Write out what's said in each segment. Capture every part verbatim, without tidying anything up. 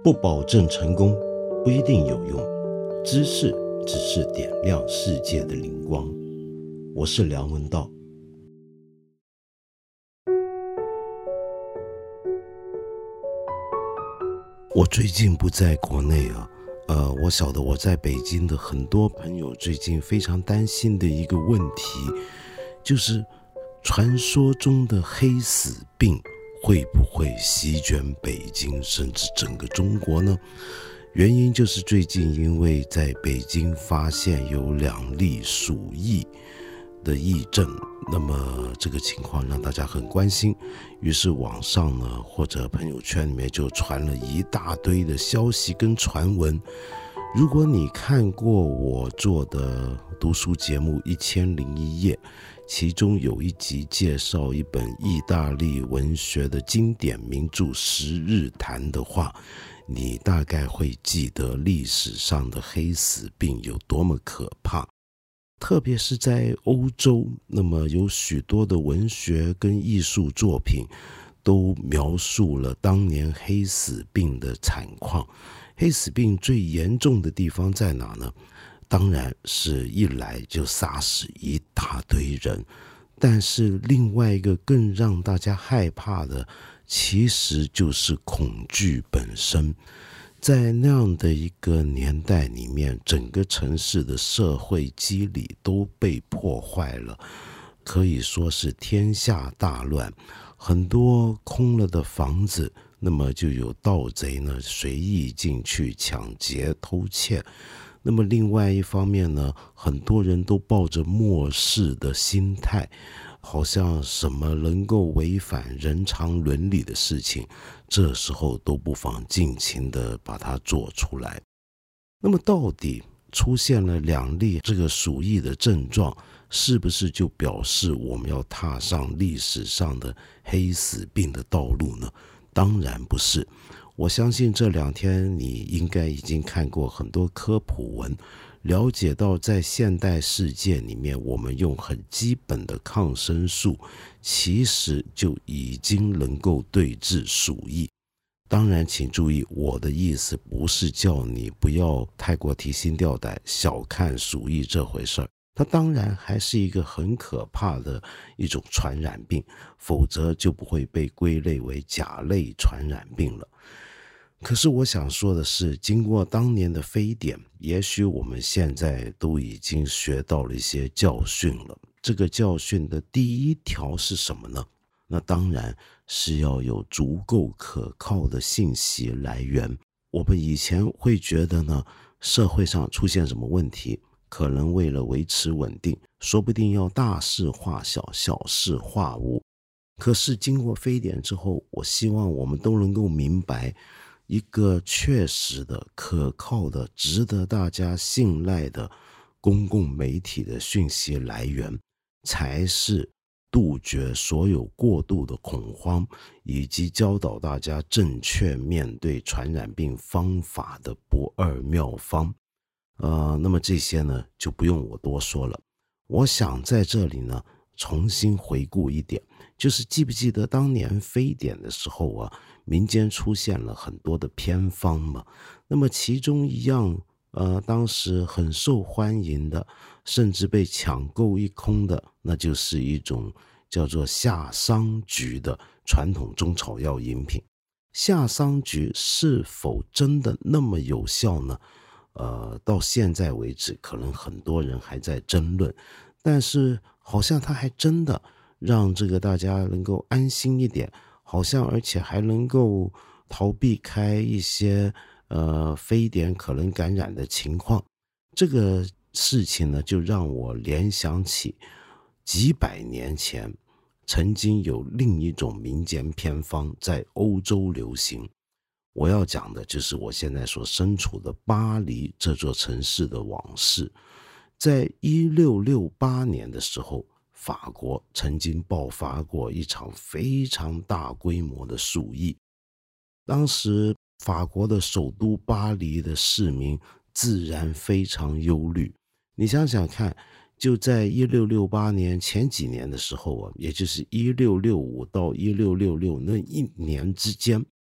不保证成功，不一定有用。知识只是点亮世界的灵光。我是梁文道。我最近不在国内啊，呃，我晓得我在北京的很多朋友最近非常担心的一个问题，就是传说中的黑死病会不会席卷北京甚至整个中国呢？原因就是最近因为在北京发现有两例鼠疫的疫症，那么这个情况让大家很关心，于是网上呢或者朋友圈里面就传了一大堆的消息跟传闻。如果你看过我做的读书节目一千零一夜，其中有一集介绍一本意大利文学的经典名著《十日谈》的话，你大概会记得历史上的黑死病有多么可怕。特别是在欧洲，那么有许多的文学跟艺术作品都描述了当年黑死病的惨况。黑死病最严重的地方在哪呢？当然是一来就杀死一大堆人，但是另外一个更让大家害怕的其实就是恐惧本身。在那样的一个年代里面，整个城市的社会机理都被破坏了，可以说是天下大乱。很多空了的房子，那么就有盗贼呢随意进去抢劫偷窃。那么另外一方面呢，很多人都抱着漠视的心态，好像什么能够违反人常伦理的事情，这时候都不妨尽情的把它做出来。那么到底出现了两例这个鼠疫的症状，是不是就表示我们要踏上历史上的黑死病的道路呢？当然不是。我相信这两天你应该已经看过很多科普文，了解到在现代世界里面，我们用很基本的抗生素其实就已经能够对治鼠疫。当然请注意，我的意思不是叫你不要太过提心吊胆，小看鼠疫这回事儿。它当然还是一个很可怕的一种传染病，否则就不会被归类为甲类传染病了。可是我想说的是，经过当年的非典，也许我们现在都已经学到了一些教训了。这个教训的第一条是什么呢？那当然是要有足够可靠的信息来源。我们以前会觉得呢，社会上出现什么问题，可能为了维持稳定，说不定要大事化小，小事化无。可是经过非典之后，我希望我们都能够明白，一个确实的、可靠的、值得大家信赖的公共媒体的讯息来源，才是杜绝所有过度的恐慌，以及教导大家正确面对传染病方法的不二妙方。呃，那么这些呢，就不用我多说了。我想在这里呢，重新回顾一点，就是记不记得当年非典的时候啊，民间出现了很多的偏方嘛。那么其中一样，呃，当时很受欢迎的，甚至被抢购一空的，那就是一种叫做夏桑菊的传统中草药饮品。夏桑菊是否真的那么有效呢？呃，到现在为止，可能很多人还在争论，但是好像它还真的让这个大家能够安心一点，好像而且还能够逃避开一些呃非典可能感染的情况。这个事情呢，就让我联想起几百年前曾经有另一种民间偏方在欧洲流行。我要讲的就是我现在所身处的巴黎这座城市的往事。在一六六八年的时候，法国曾经爆发过一场非常大规模的鼠疫。当时法国的首都巴黎的市民自然非常忧虑。你想想看，就在一六六八年前几年的时候啊，也就是一六六五到一六六六那一年之间，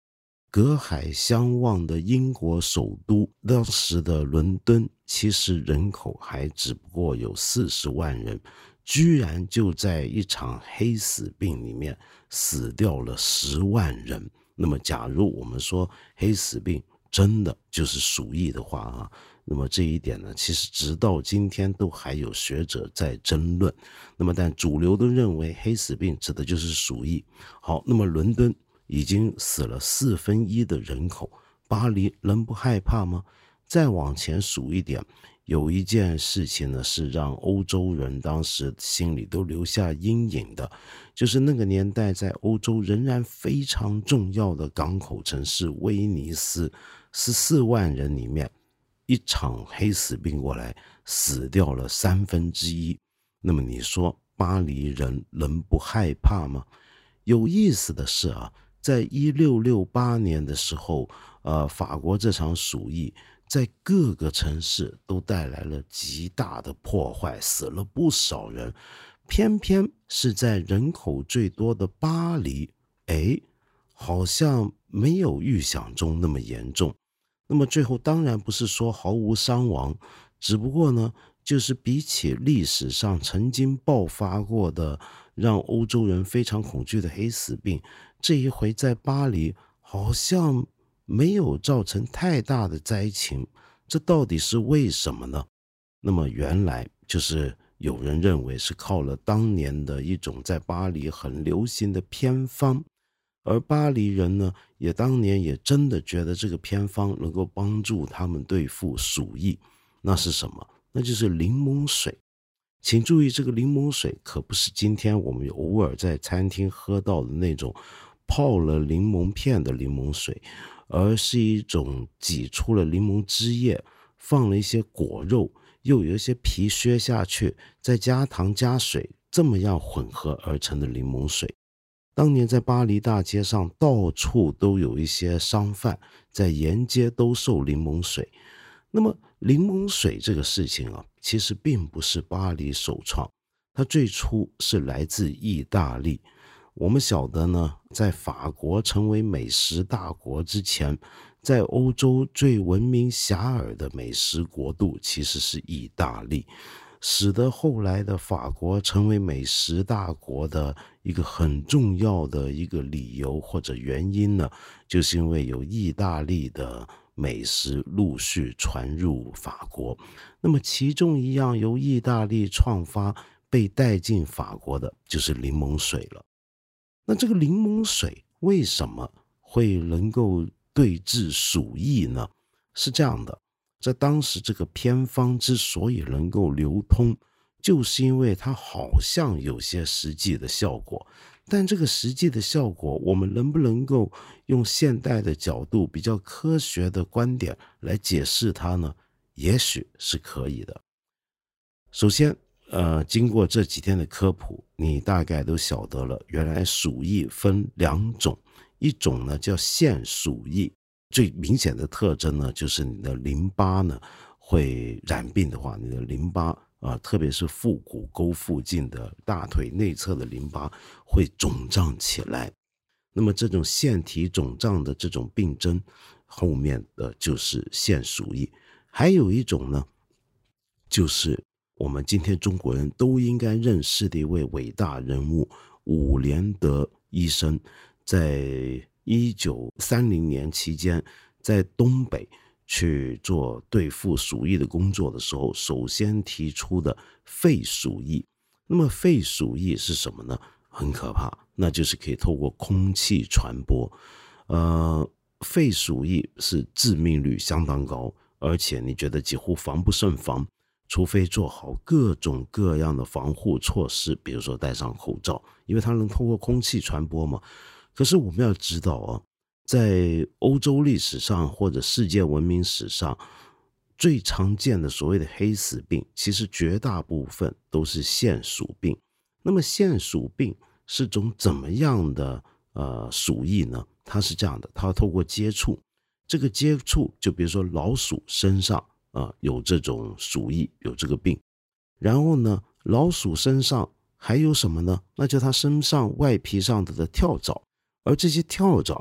隔海相望的英国首都，当时的伦敦其实人口还只不过有四十万人，居然就在一场黑死病里面死掉了十万人。那么假如我们说黑死病真的就是鼠疫的话啊，那么这一点呢，其实直到今天都还有学者在争论。那么但主流都认为黑死病指的就是鼠疫。好，那么伦敦已经死了四分一的人口，巴黎能不害怕吗？再往前数一点，有一件事情呢，是让欧洲人当时心里都留下阴影的，就是那个年代在欧洲仍然非常重要的港口城市威尼斯，十四万人里面一场黑死病过来，死掉了三分之一。那么你说巴黎人能不害怕吗？有意思的是啊，在一六六八年的时候，呃，法国这场鼠疫在各个城市都带来了极大的破坏，死了不少人。偏偏是在人口最多的巴黎，哎，好像没有预想中那么严重。那么最后当然不是说毫无伤亡，只不过呢，就是比起历史上曾经爆发过的让欧洲人非常恐惧的黑死病，这一回在巴黎好像没有造成太大的灾情，这到底是为什么呢？那么原来就是有人认为是靠了当年的一种在巴黎很流行的偏方，而巴黎人呢，也当年也真的觉得这个偏方能够帮助他们对付鼠疫。那是什么？那就是柠檬水。请注意，这个柠檬水可不是今天我们偶尔在餐厅喝到的那种泡了柠檬片的柠檬水，而是一种挤出了柠檬汁液，放了一些果肉，又有一些皮削下去，再加糖加水，这么样混合而成的柠檬水。当年在巴黎大街上到处都有一些商贩在沿街兜售柠檬水。那么柠檬水这个事情啊，其实并不是巴黎首创，它最初是来自意大利。我们晓得呢，在法国成为美食大国之前，在欧洲最闻名遐迩的美食国度其实是意大利，使得后来的法国成为美食大国的一个很重要的一个理由或者原因呢，就是因为有意大利的美食陆续传入法国。那么其中一样由意大利创发被带进法国的就是柠檬水了。那这个柠檬水为什么会能够对治鼠疫呢？是这样的，在当时这个偏方之所以能够流通，就是因为它好像有些实际的效果，但这个实际的效果我们能不能够用现代的角度比较科学的观点来解释它呢？也许是可以的。首先呃，经过这几天的科普，你大概都晓得了，原来鼠疫分两种，一种呢叫腺鼠疫，最明显的特征呢就是你的淋巴呢会染病的话，你的淋巴啊、呃，特别是腹股沟附近的大腿内侧的淋巴会肿胀起来。那么这种腺体肿胀的这种病症后面的就是腺鼠疫。还有一种呢，就是我们今天中国人都应该认识的一位伟大人物伍连德医生，在一九三零年期间在东北去做对付鼠疫的工作的时候，首先提出的肺鼠疫。那么肺鼠疫是什么呢？很可怕，那就是可以透过空气传播。呃，肺鼠疫是致命率相当高，而且你觉得几乎防不胜防，除非做好各种各样的防护措施，比如说戴上口罩，因为它能透过空气传播嘛。可是我们要知道啊，在欧洲历史上或者世界文明史上，最常见的所谓的黑死病，其实绝大部分都是腺鼠病。那么腺鼠病是种怎么样的呃鼠疫呢？它是这样的，它透过接触，这个接触就比如说老鼠身上啊、呃、有这种鼠疫，有这个病，然后呢，老鼠身上还有什么呢？那就它身上外皮上的跳蚤，而这些跳蚤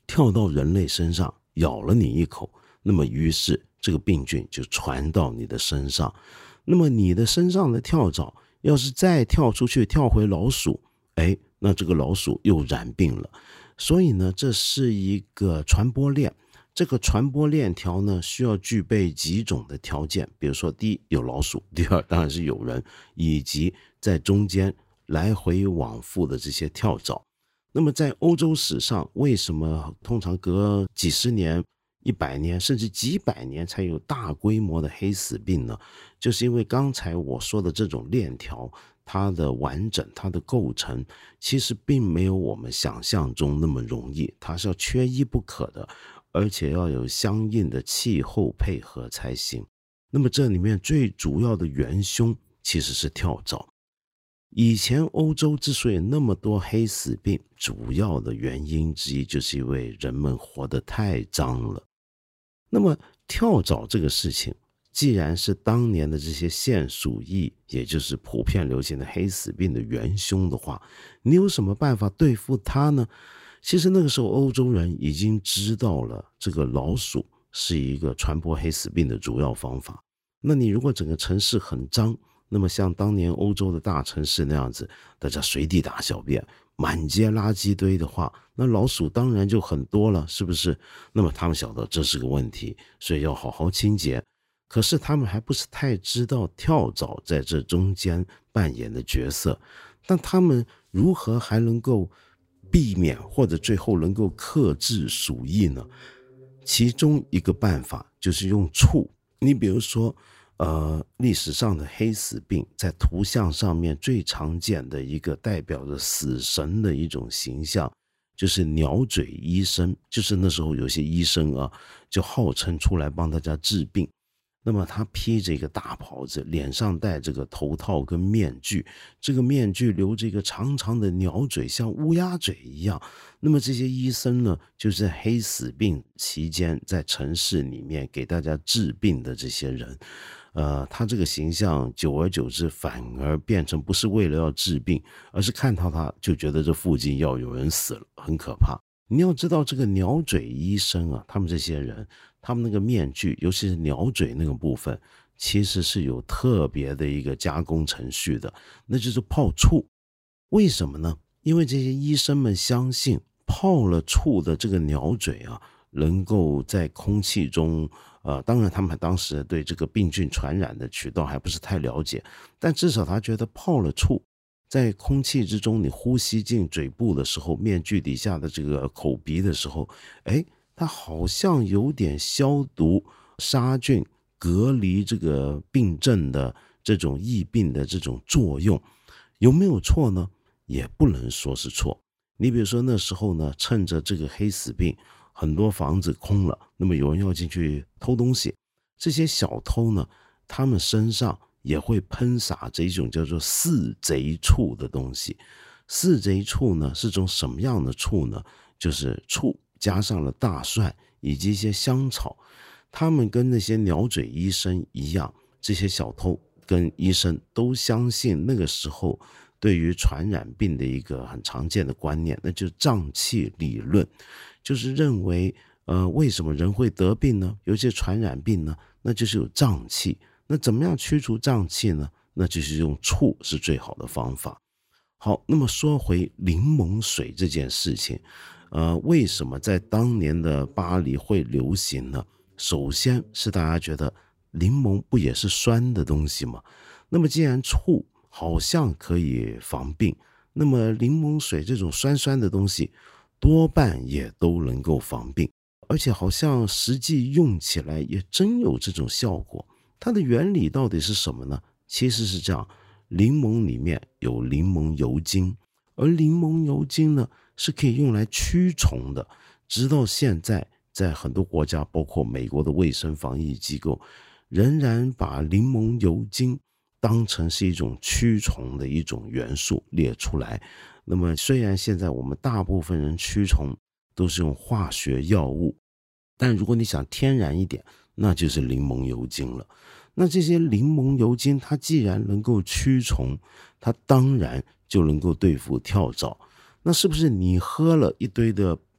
跳到人类身上咬了你一口，那么于是这个病菌就传到你的身上。那么你的身上的跳蚤要是再跳出去跳回老鼠，哎，那这个老鼠又染病了。所以呢，这是一个传播链。这个传播链条呢，需要具备几种的条件，比如说第一有老鼠，第二当然是有人，以及在中间来回往复的这些跳蚤。那么在欧洲史上，为什么通常隔几十年、一百年甚至几百年才有大规模的黑死病呢？就是因为刚才我说的这种链条，它的完整、它的构成，其实并没有我们想象中那么容易，它是要缺一不可的，而且要有相应的气候配合才行。那么这里面最主要的元凶其实是跳蚤。以前欧洲之所以那么多黑死病，主要的原因之一就是因为人们活得太脏了。那么跳蚤这个事情，既然是当年的这些腺鼠疫，也就是普遍流行的黑死病的元凶的话，你有什么办法对付它呢？其实那个时候欧洲人已经知道了这个老鼠是一个传播黑死病的主要方法。那你如果整个城市很脏，那么像当年欧洲的大城市那样子，大家随地大小便，满街垃圾堆的话，那老鼠当然就很多了，是不是？那么他们晓得这是个问题，所以要好好清洁。可是他们还不是太知道跳蚤在这中间扮演的角色，但他们如何还能够避免或者最后能够克制鼠疫呢？其中一个办法就是用醋。你比如说呃，历史上的黑死病在图像上面最常见的一个代表着死神的一种形象，就是鸟嘴医生。就是那时候有些医生啊，就号称出来帮大家治病。那么他披着一个大袍子，脸上戴这个头套跟面具，这个面具留着一个长长的鸟嘴，像乌鸦嘴一样。那么这些医生呢，就是在黑死病期间在城市里面给大家治病的这些人。呃，他这个形象久而久之反而变成不是为了要治病，而是看到他就觉得这附近要有人死了，很可怕。你要知道这个鸟嘴医生啊，他们这些人，他们那个面具，尤其是鸟嘴那个部分，其实是有特别的一个加工程序的，那就是泡醋。为什么呢？因为这些医生们相信泡了醋的这个鸟嘴啊，能够在空气中呃，当然他们当时对这个病菌传染的渠道还不是太了解，但至少他觉得泡了醋在空气之中，你呼吸进嘴部的时候，面具底下的这个口鼻的时候，哎，它好像有点消毒、杀菌、隔离这个病症的这种疫病的这种作用。有没有错呢？也不能说是错。你比如说那时候呢，趁着这个黑死病，很多房子空了，那么有人要进去偷东西，这些小偷呢，他们身上也会喷洒着一种叫做四贼醋的东西。四贼醋呢是种什么样的醋呢？就是醋加上了大蒜以及一些香草。他们跟那些鸟嘴医生一样，这些小偷跟医生都相信那个时候对于传染病的一个很常见的观念，那就是瘴气理论。就是认为呃，为什么人会得病呢？尤其是传染病呢，那就是有瘴气。那怎么样驱除瘴气呢？那就是用醋是最好的方法。好，那么说回柠檬水这件事情，呃，为什么在当年的巴黎会流行呢？首先是大家觉得柠檬不也是酸的东西吗？那么既然醋好像可以防病，那么柠檬水这种酸酸的东西多半也都能够防病，而且好像实际用起来也真有这种效果。它的原理到底是什么呢？其实是这样，柠檬里面有柠檬油精，而柠檬油精呢是可以用来驱虫的。直到现在，在很多国家，包括美国的卫生防疫机构，仍然把柠檬油精当成是一种驱虫的一种元素列出来。那么虽然现在我们大部分人驱虫都是用化学药物，但如果你想天然一点，那就是柠檬油精了。那这些柠檬油精它既然能够驱虫，它当然就能够对付跳蚤。那是不是你喝了一堆的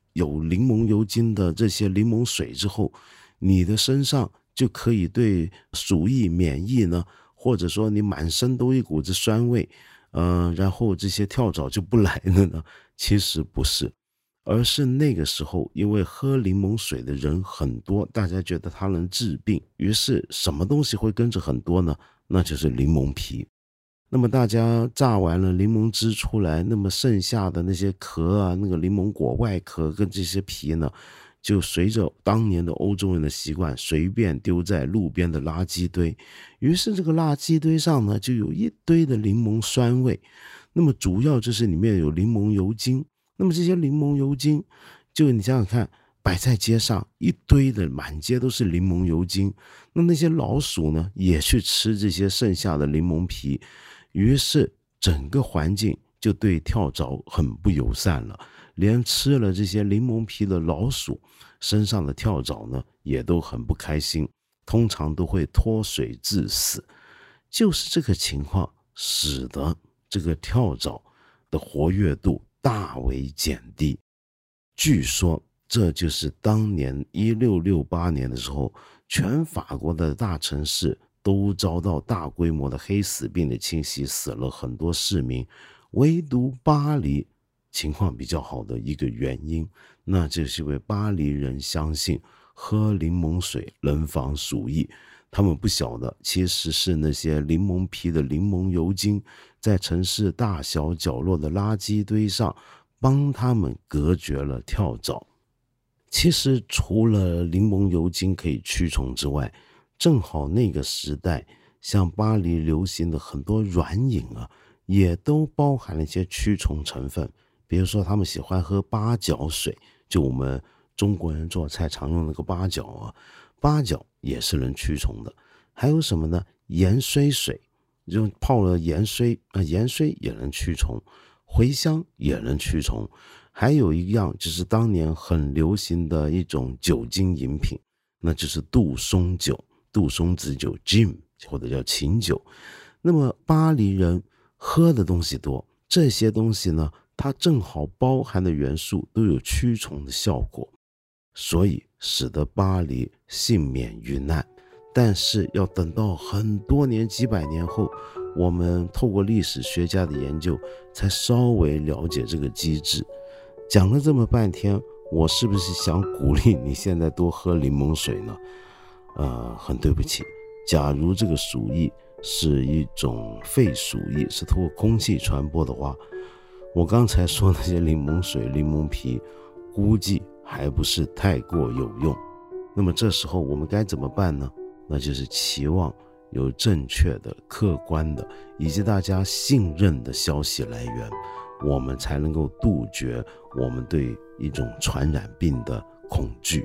有柠檬油精的这些柠檬水之后，你的身上就可以对鼠疫免疫呢？或者说你满身都一股子酸味，呃，然后这些跳蚤就不来了呢？其实不是，而是那个时候因为喝柠檬水的人很多，大家觉得它能治病，于是什么东西会跟着很多呢？那就是柠檬皮。那么大家榨完了柠檬汁出来，那么剩下的那些壳啊，那个柠檬果外壳跟这些皮呢，就随着当年的欧洲人的习惯，随便丢在路边的垃圾堆。于是这个垃圾堆上呢，就有一堆的柠檬酸味。那么主要就是里面有柠檬油精。那么这些柠檬油精，就你想想看，摆在街上一堆的，满街都是柠檬油精。那那些老鼠呢，也去吃这些剩下的柠檬皮。于是整个环境就对跳蚤很不友善了，连吃了这些柠檬皮的老鼠身上的跳蚤呢也都很不开心，通常都会脱水致死。就是这个情况使得这个跳蚤的活跃度大为减低。据说这就是当年一六六八年的时候，全法国的大城市都遭到大规模的黑死病的侵袭，死了很多市民，唯独巴黎情况比较好的一个原因，那就是因为巴黎人相信喝柠檬水能防鼠疫。他们不晓得其实是那些柠檬皮的柠檬油精在城市大小角落的垃圾堆上帮他们隔绝了跳蚤。其实除了柠檬油精可以驱虫之外，正好那个时代像巴黎流行的很多软饮啊，也都包含了一些驱虫成分。比如说他们喜欢喝八角水，就我们中国人做菜常用那个八角啊，八角也是能驱虫的。还有什么呢？盐水水，就泡了盐水啊，盐水也能驱虫，茴香也能驱虫。还有一样就是当年很流行的一种酒精饮品，那就是杜松酒，杜松子酒 gin 或者叫琴酒。那么巴黎人喝的东西多，这些东西呢，它正好包含的元素都有驱虫的效果，所以使得巴黎幸免于难。但是要等到很多年几百年后，我们透过历史学家的研究才稍微了解这个机制。讲了这么半天，我是不是想鼓励你现在多喝柠檬水呢？呃，很对不起，假如这个鼠疫是一种肺鼠疫，是通过空气传播的话，我刚才说那些柠檬水、柠檬皮，估计还不是太过有用。那么这时候我们该怎么办呢？那就是期望有正确的、客观的以及大家信任的消息来源，我们才能够杜绝我们对一种传染病的恐惧。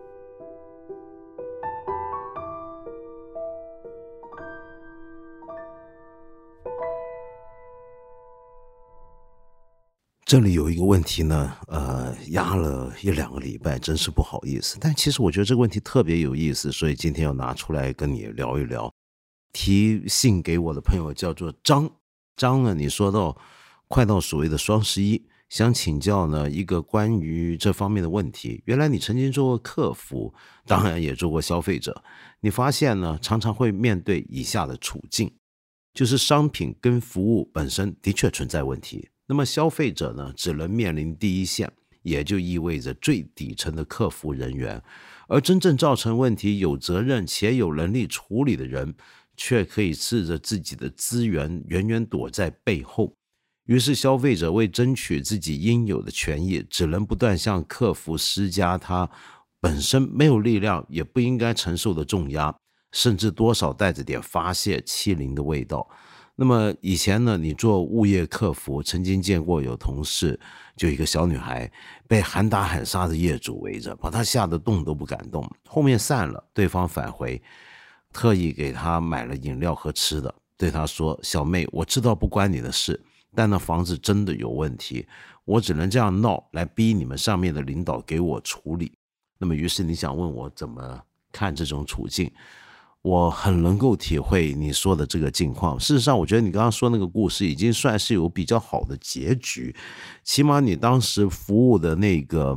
这里有一个问题呢，呃，压了一两个礼拜，真是不好意思。但其实我觉得这个问题特别有意思，所以今天要拿出来跟你聊一聊。提信给我的朋友叫做张，张呢，你说到快到所谓的双十一，想请教呢一个关于这方面的问题。原来你曾经做过客服，当然也做过消费者，你发现呢常常会面对以下的处境，就是商品跟服务本身的确存在问题，那么消费者呢只能面临第一线，也就意味着最底层的客服人员，而真正造成问题有责任且有能力处理的人，却可以恃着自己的资源远远躲在背后。于是消费者为争取自己应有的权益，只能不断向客服施加他本身没有力量也不应该承受的重压，甚至多少带着点发泄欺凌的味道。那么以前呢，你做物业客服，曾经见过有同事，就一个小女孩被喊打喊杀的业主围着，把她吓得动都不敢动。后面散了，对方返回，特意给她买了饮料和吃的，对她说：“小妹，我知道不关你的事，但那房子真的有问题，我只能这样闹来逼你们上面的领导给我处理。”那么于是你想问我怎么看这种处境，我很能够体会你说的这个境况。事实上我觉得你刚刚说那个故事已经算是有比较好的结局，起码你当时服务的那个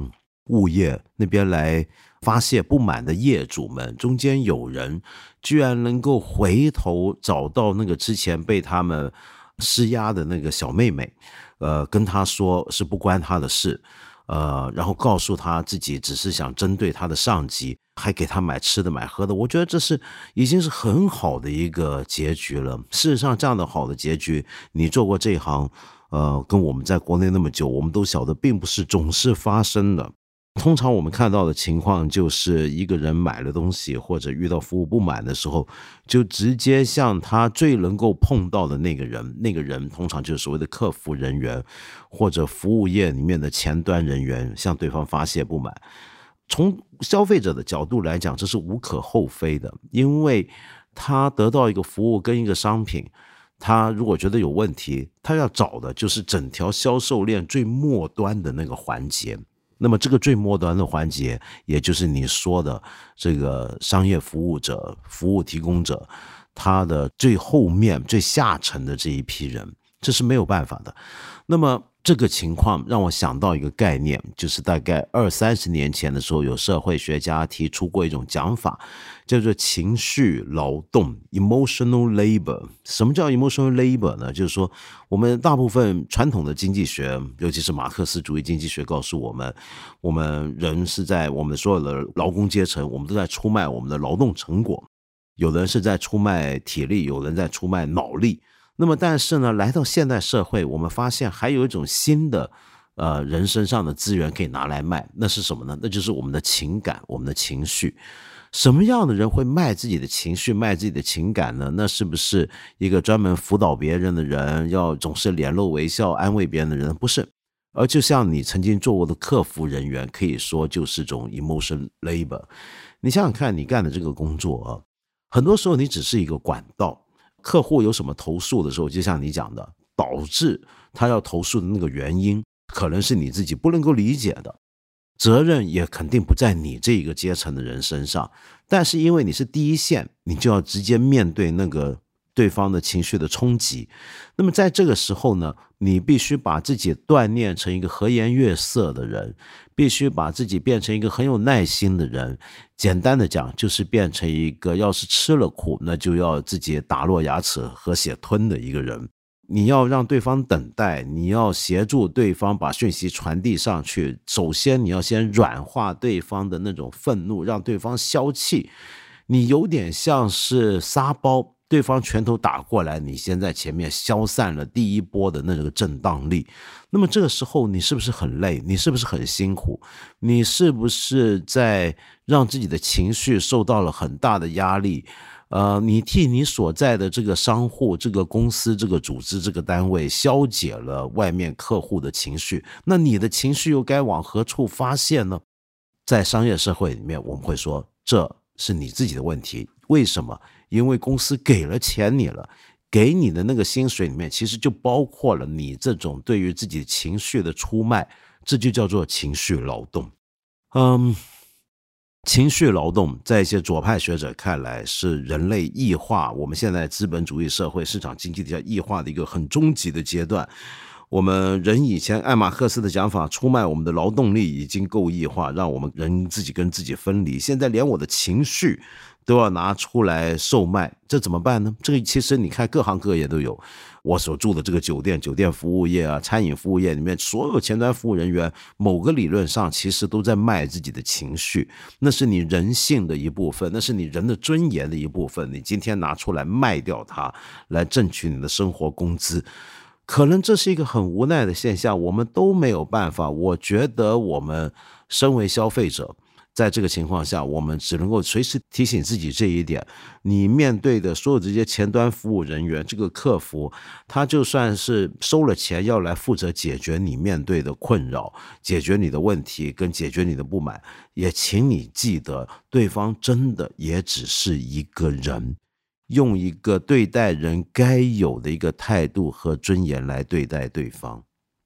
物业那边来发泄不满的业主们，中间有人居然能够回头找到那个之前被他们施压的那个小妹妹，呃，跟他说是不关他的事，呃，然后告诉他自己只是想针对他的上级，还给他买吃的买喝的。我觉得这是已经是很好的一个结局了。事实上，这样的好的结局，你做过这一行，呃，跟我们在国内那么久，我们都晓得并不是总是发生的。通常我们看到的情况就是一个人买了东西或者遇到服务不满的时候，就直接向他最能够碰到的那个人，那个人通常就是所谓的客服人员或者服务业里面的前端人员，向对方发泄不满。从消费者的角度来讲，这是无可厚非的，因为他得到一个服务跟一个商品，他如果觉得有问题，他要找的就是整条销售链最末端的那个环节。那么这个最末端的环节，也就是你说的这个商业服务者、服务提供者，他的最后面、最下层的这一批人，这是没有办法的。那么这个情况让我想到一个概念，就是大概二三十年前的时候，有社会学家提出过一种讲法，叫做情绪劳动 emotional labor。 什么叫 emotional labor 呢？就是说我们大部分传统的经济学，尤其是马克思主义经济学告诉我们，我们人是在我们所有的劳工阶层，我们都在出卖我们的劳动成果，有的人是在出卖体力，有人在出卖脑力。那么但是呢，来到现代社会，我们发现还有一种新的呃人身上的资源可以拿来卖，那是什么呢？那就是我们的情感，我们的情绪。什么样的人会卖自己的情绪，卖自己的情感呢？那是不是一个专门辅导别人的人，要总是脸露微笑安慰别人的人？不是。而就像你曾经做过的客服人员，可以说就是种 emotional labor。 你想想看，你干的这个工作啊，很多时候你只是一个管道，客户有什么投诉的时候，就像你讲的，导致他要投诉的那个原因可能是你自己不能够理解的，责任也肯定不在你这一个阶层的人身上，但是因为你是第一线，你就要直接面对那个对方的情绪的冲击。那么在这个时候呢，你必须把自己锻炼成一个和颜悦色的人，必须把自己变成一个很有耐心的人。简单的讲，就是变成一个要是吃了苦，那就要自己打落牙齿和血吞的一个人。你要让对方等待，你要协助对方把讯息传递上去，首先你要先软化对方的那种愤怒，让对方消气。你有点像是沙包，对方拳头打过来，你先在前面消散了第一波的那个震荡力。那么这个时候你是不是很累？你是不是很辛苦？你是不是在让自己的情绪受到了很大的压力？呃，你替你所在的这个商户、这个公司、这个组织、这个单位消解了外面客户的情绪，那你的情绪又该往何处发泄呢？在商业社会里面，我们会说这是你自己的问题。为什么？因为公司给了钱你了，给你的那个薪水里面其实就包括了你这种对于自己情绪的出卖，这就叫做情绪劳动。嗯，情绪劳动在一些左派学者看来是人类异化，我们现在资本主义社会市场经济底下异化的一个很终极的阶段。我们人以前按马克思的讲法，出卖我们的劳动力已经够异化，让我们人自己跟自己分离，现在连我的情绪都要拿出来售卖，这怎么办呢？这个其实你看各行各业都有，我所住的这个酒店、酒店服务业啊、餐饮服务业里面，所有前端服务人员，某个理论上其实都在卖自己的情绪，那是你人性的一部分，那是你人的尊严的一部分，你今天拿出来卖掉它，来挣取你的生活工资。可能这是一个很无奈的现象，我们都没有办法。我觉得我们身为消费者，在这个情况下，我们只能够随时提醒自己这一点。你面对的所有这些前端服务人员，这个客服，他就算是收了钱要来负责解决你面对的困扰，解决你的问题跟解决你的不满，也请你记得，对方真的也只是一个人，用一个对待人该有的一个态度和尊严来对待对方。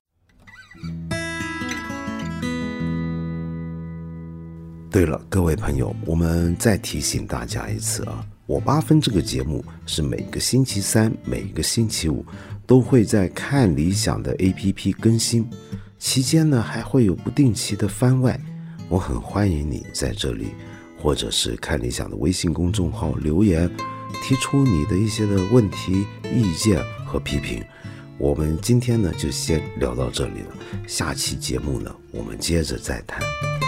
对了，各位朋友，我们再提醒大家一次啊，我八分这个节目是每个星期三、每个星期五都会在看理想的 A P P 更新，期间呢还会有不定期的番外。 我很欢迎你在这里，或者是看理想的微信公众号留言，提出你的一些的问题、意见和批评。我们今天呢就先聊到这里了，下期节目呢我们接着再谈。